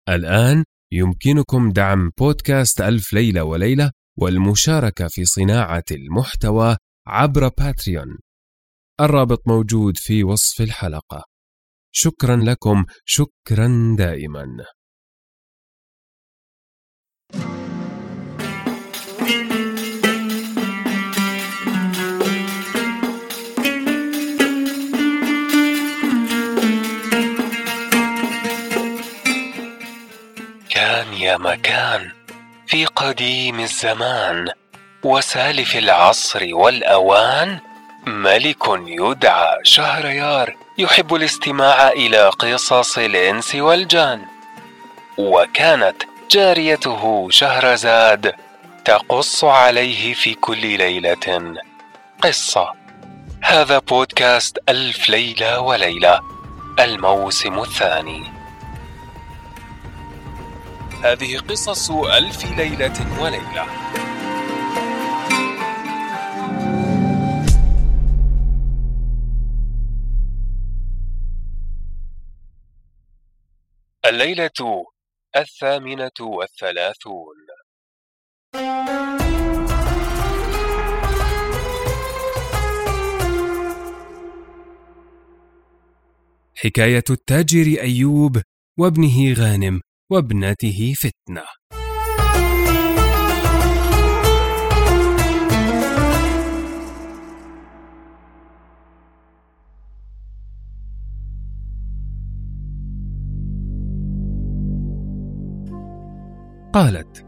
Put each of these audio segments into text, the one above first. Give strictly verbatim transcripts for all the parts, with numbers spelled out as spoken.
الآن يمكنكم دعم بودكاست ألف ليلة وليلة والمشاركة في صناعة المحتوى عبر باتريون. الرابط موجود في وصف الحلقة. شكرا لكم، شكرا دائما. كان يا مكان في قديم الزمان وسالف العصر والأوان ملك يدعى شهريار يحب الاستماع إلى قصص الإنس والجان، وكانت جاريته شهرزاد تقص عليه في كل ليلة قصة. هذا بودكاست ألف ليلة وليلة، الموسم الثاني. هذه قصص ألف ليلة وليلة. الليلة الثامنة والثلاثون. حكاية التاجر أيوب وابنه غانم وابنته فتنة. قالت: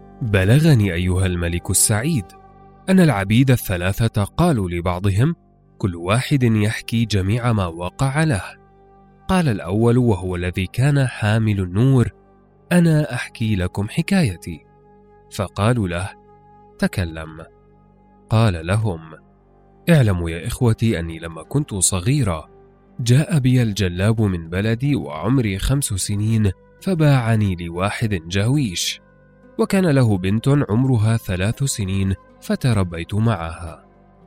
بلغني أيها الملك السعيد أن العبيد الثلاثة قالوا لبعضهم كل واحد يحكي جميع ما وقع له. قال الأول وهو الذي كان حامل النور: أنا أحكي لكم حكايتي. فقالوا له: تكلم. قال لهم: اعلموا يا إخوتي أني لما كنت صغيرا جاء بي الجلاب من بلدي وعمري خمس سنين، فباعني لواحد جاويش، وكان له بنت عمرها ثلاث سنين فتربيت معها،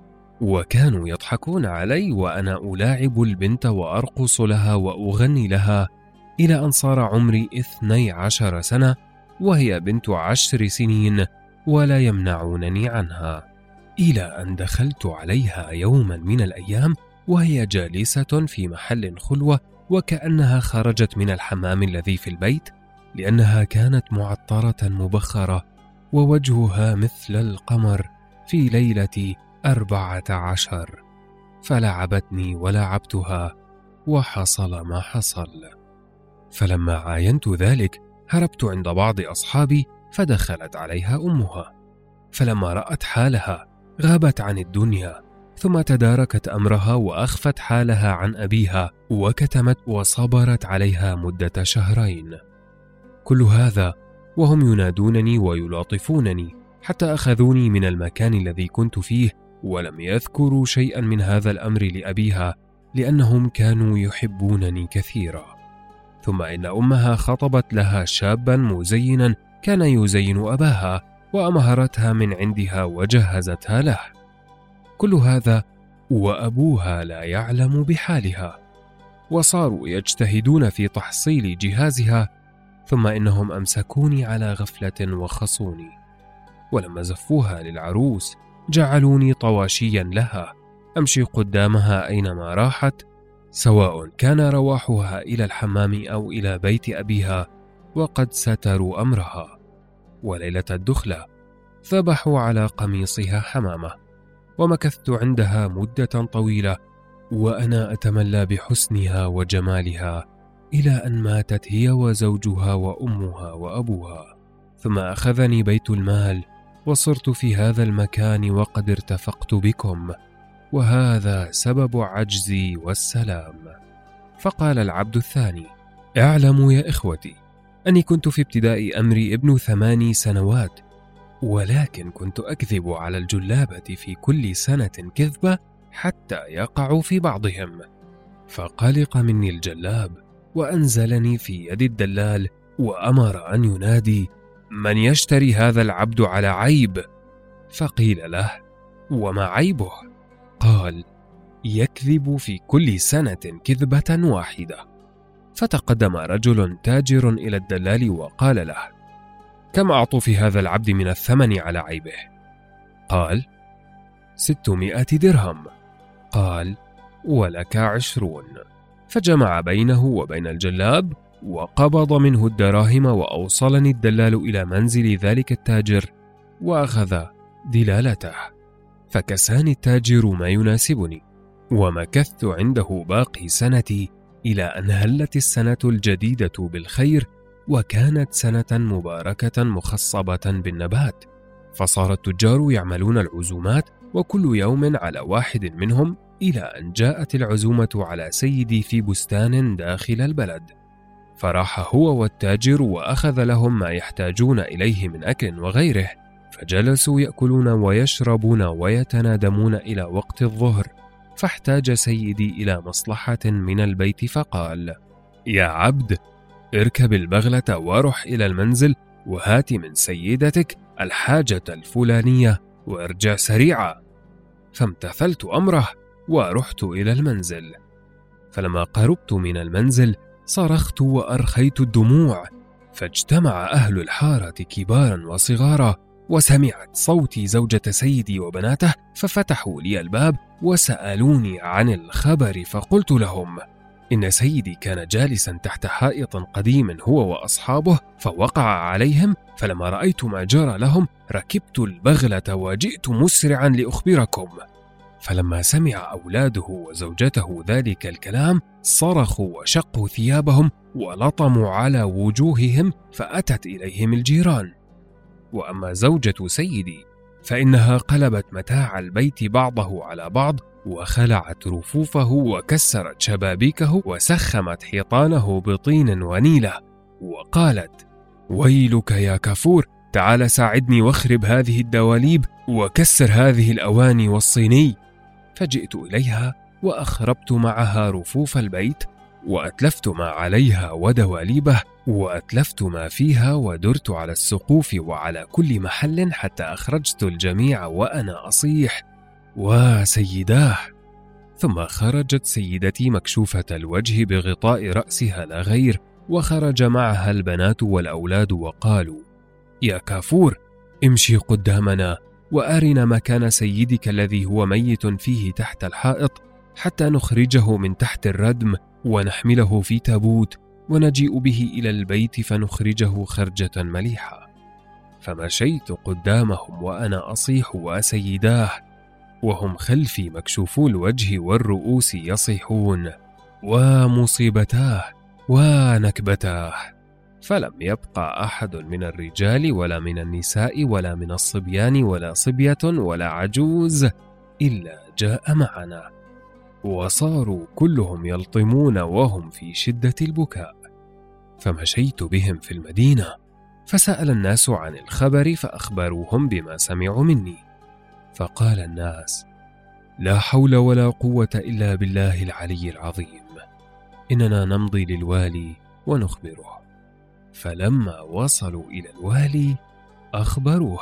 وكانوا يضحكون علي وأنا ألاعب البنت وأرقص لها وأغني لها، إلى أن صار عمري اثني عشر سنة وهي بنت عشر سنين ولا يمنعونني عنها، إلى أن دخلت عليها يوما من الأيام وهي جالسة في محل خلوة وكأنها خرجت من الحمام الذي في البيت، لأنها كانت معطرة مبخرة ووجهها مثل القمر في ليلة أربعة عشر، فلعبتني ولعبتها وحصل ما حصل. فلما عاينت ذلك هربت عند بعض أصحابي فدخلت عليها أمها، فلما رأت حالها غابت عن الدنيا، ثم تداركت أمرها وأخفت حالها عن أبيها وكتمت وصبرت عليها مدة شهرين. كل هذا وهم ينادونني ويلاطفونني حتى أخذوني من المكان الذي كنت فيه، ولم يذكروا شيئا من هذا الأمر لأبيها لأنهم كانوا يحبونني كثيرا. ثم إن أمها خطبت لها شابا مزينا كان يزين أباها وأمهرتها من عندها وجهزتها له. كل هذا وأبوها لا يعلم بحالها، وصاروا يجتهدون في تحصيل جهازها، ثم إنهم أمسكوني على غفلة وخصوني، ولما زفوها للعروس جعلوني طواشيا لها أمشي قدامها أينما راحت، سواء كان رواحها إلى الحمام أو إلى بيت أبيها، وقد ستروا أمرها. وليلة الدخلة ذبحوا على قميصها حمامة، ومكثت عندها مدة طويلة وأنا أتملى بحسنها وجمالها، إلى أن ماتت هي وزوجها وأمها وأبوها. ثم أخذني بيت المال وصرت في هذا المكان وقد ارتفقت بكم، وهذا سبب عجزي والسلام. فقال العبد الثاني: اعلموا يا إخوتي أني كنت في ابتداء أمري ابن ثماني سنوات، ولكن كنت أكذب على الجلابة في كل سنة كذبة حتى يقع في بعضهم، فقلق مني الجلاب وأنزلني في يد الدلال وأمر أن ينادي: من يشتري هذا العبد على عيب؟ فقيل له: وما عيبه؟ قال: يكذب في كل سنة كذبة واحدة. فتقدم رجل تاجر إلى الدلال وقال له: كم أعطوا في هذا العبد من الثمن على عيبه؟ قال: ستمائة درهم. قال: ولك عشرون. فجمع بينه وبين الجلاب وقبض منه الدراهم، وأوصلني الدلال إلى منزل ذلك التاجر وأخذ دلالته، فكساني التاجر ما يناسبني، ومكثت عنده باقي سنتي إلى أن هلت السنة الجديدة بالخير، وكانت سنة مباركة مخصبة بالنبات. فصار التجار يعملون العزومات، وكل يوم على واحد منهم، إلى أن جاءت العزومة على سيدي في بستان داخل البلد. فراح هو والتاجر وأخذ لهم ما يحتاجون إليه من أكل وغيره، فجلسوا يأكلون ويشربون ويتنادمون إلى وقت الظهر. فاحتاج سيدي إلى مصلحة من البيت، فقال: يا عبد، اركب البغلة وارح إلى المنزل، وهات من سيدتك الحاجة الفلانية وارجع سريعا. فامتثلت أمره ورحت إلى المنزل. فلما قربت من المنزل صرخت وأرخيت الدموع، فاجتمع أهل الحارة كبارا وصغارا، وسمعت صوتي زوجة سيدي وبناته، ففتحوا لي الباب وسألوني عن الخبر. فقلت لهم: إن سيدي كان جالسا تحت حائط قديم هو وأصحابه، فوقع عليهم، فلما رأيت ما جرى لهم ركبت البغلة وجئت مسرعا لأخبركم. فلما سمع أولاده وزوجته ذلك الكلام صرخوا وشقوا ثيابهم ولطموا على وجوههم، فأتت إليهم الجيران. وأما زوجة سيدي فإنها قلبت متاع البيت بعضه على بعض، وخلعت رفوفه وكسرت شبابيكه وسخمت حيطانه بطين ونيلة، وقالت: ويلك يا كافور، تعال ساعدني واخرب هذه الدواليب وكسر هذه الأواني والصيني. فجئت إليها وأخربت معها رفوف البيت، وأتلفت ما عليها ودواليبه، وأتلفت ما فيها، ودرت على السقوف وعلى كل محل حتى أخرجت الجميع وأنا أصيح: وسيداه. ثم خرجت سيدتي مكشوفة الوجه بغطاء رأسها لا غير، وخرج معها البنات والأولاد، وقالوا: يا كافور، امشي قدامنا وأرنا مكان سيدك الذي هو ميت فيه تحت الحائط، حتى نخرجه من تحت الردم ونحمله في تابوت ونجيء به إلى البيت فنخرجه خرجة مليحة. فمشيت قدامهم وأنا أصيح: وسيداه، وهم خلفي مكشوفو الوجه والرؤوس يصيحون: ومصيبتاه ونكبتاه. فلم يبقى أحد من الرجال ولا من النساء ولا من الصبيان ولا صبية ولا عجوز إلا جاء معنا، وصاروا كلهم يلطمون وهم في شدة البكاء. فمشيت بهم في المدينة، فسأل الناس عن الخبر فأخبروهم بما سمعوا مني. فقال الناس: لا حول ولا قوة إلا بالله العلي العظيم، إننا نمضي للوالي ونخبره. فلما وصلوا إلى الوالي أخبروه،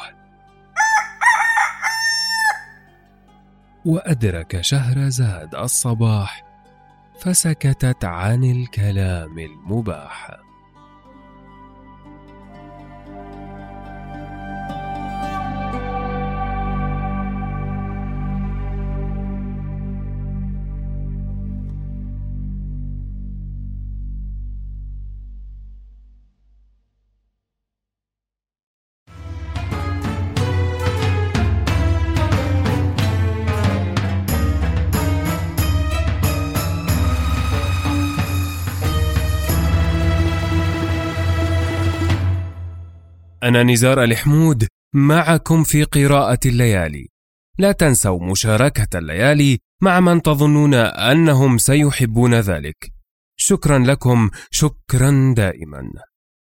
وأدرك شهرزاد الصباح فسكتت عن الكلام المباح. أنا نزار الحمود معكم في قراءة الليالي. لا تنسوا مشاركة الليالي مع من تظنون أنهم سيحبون ذلك. شكرا لكم، شكرا دائما.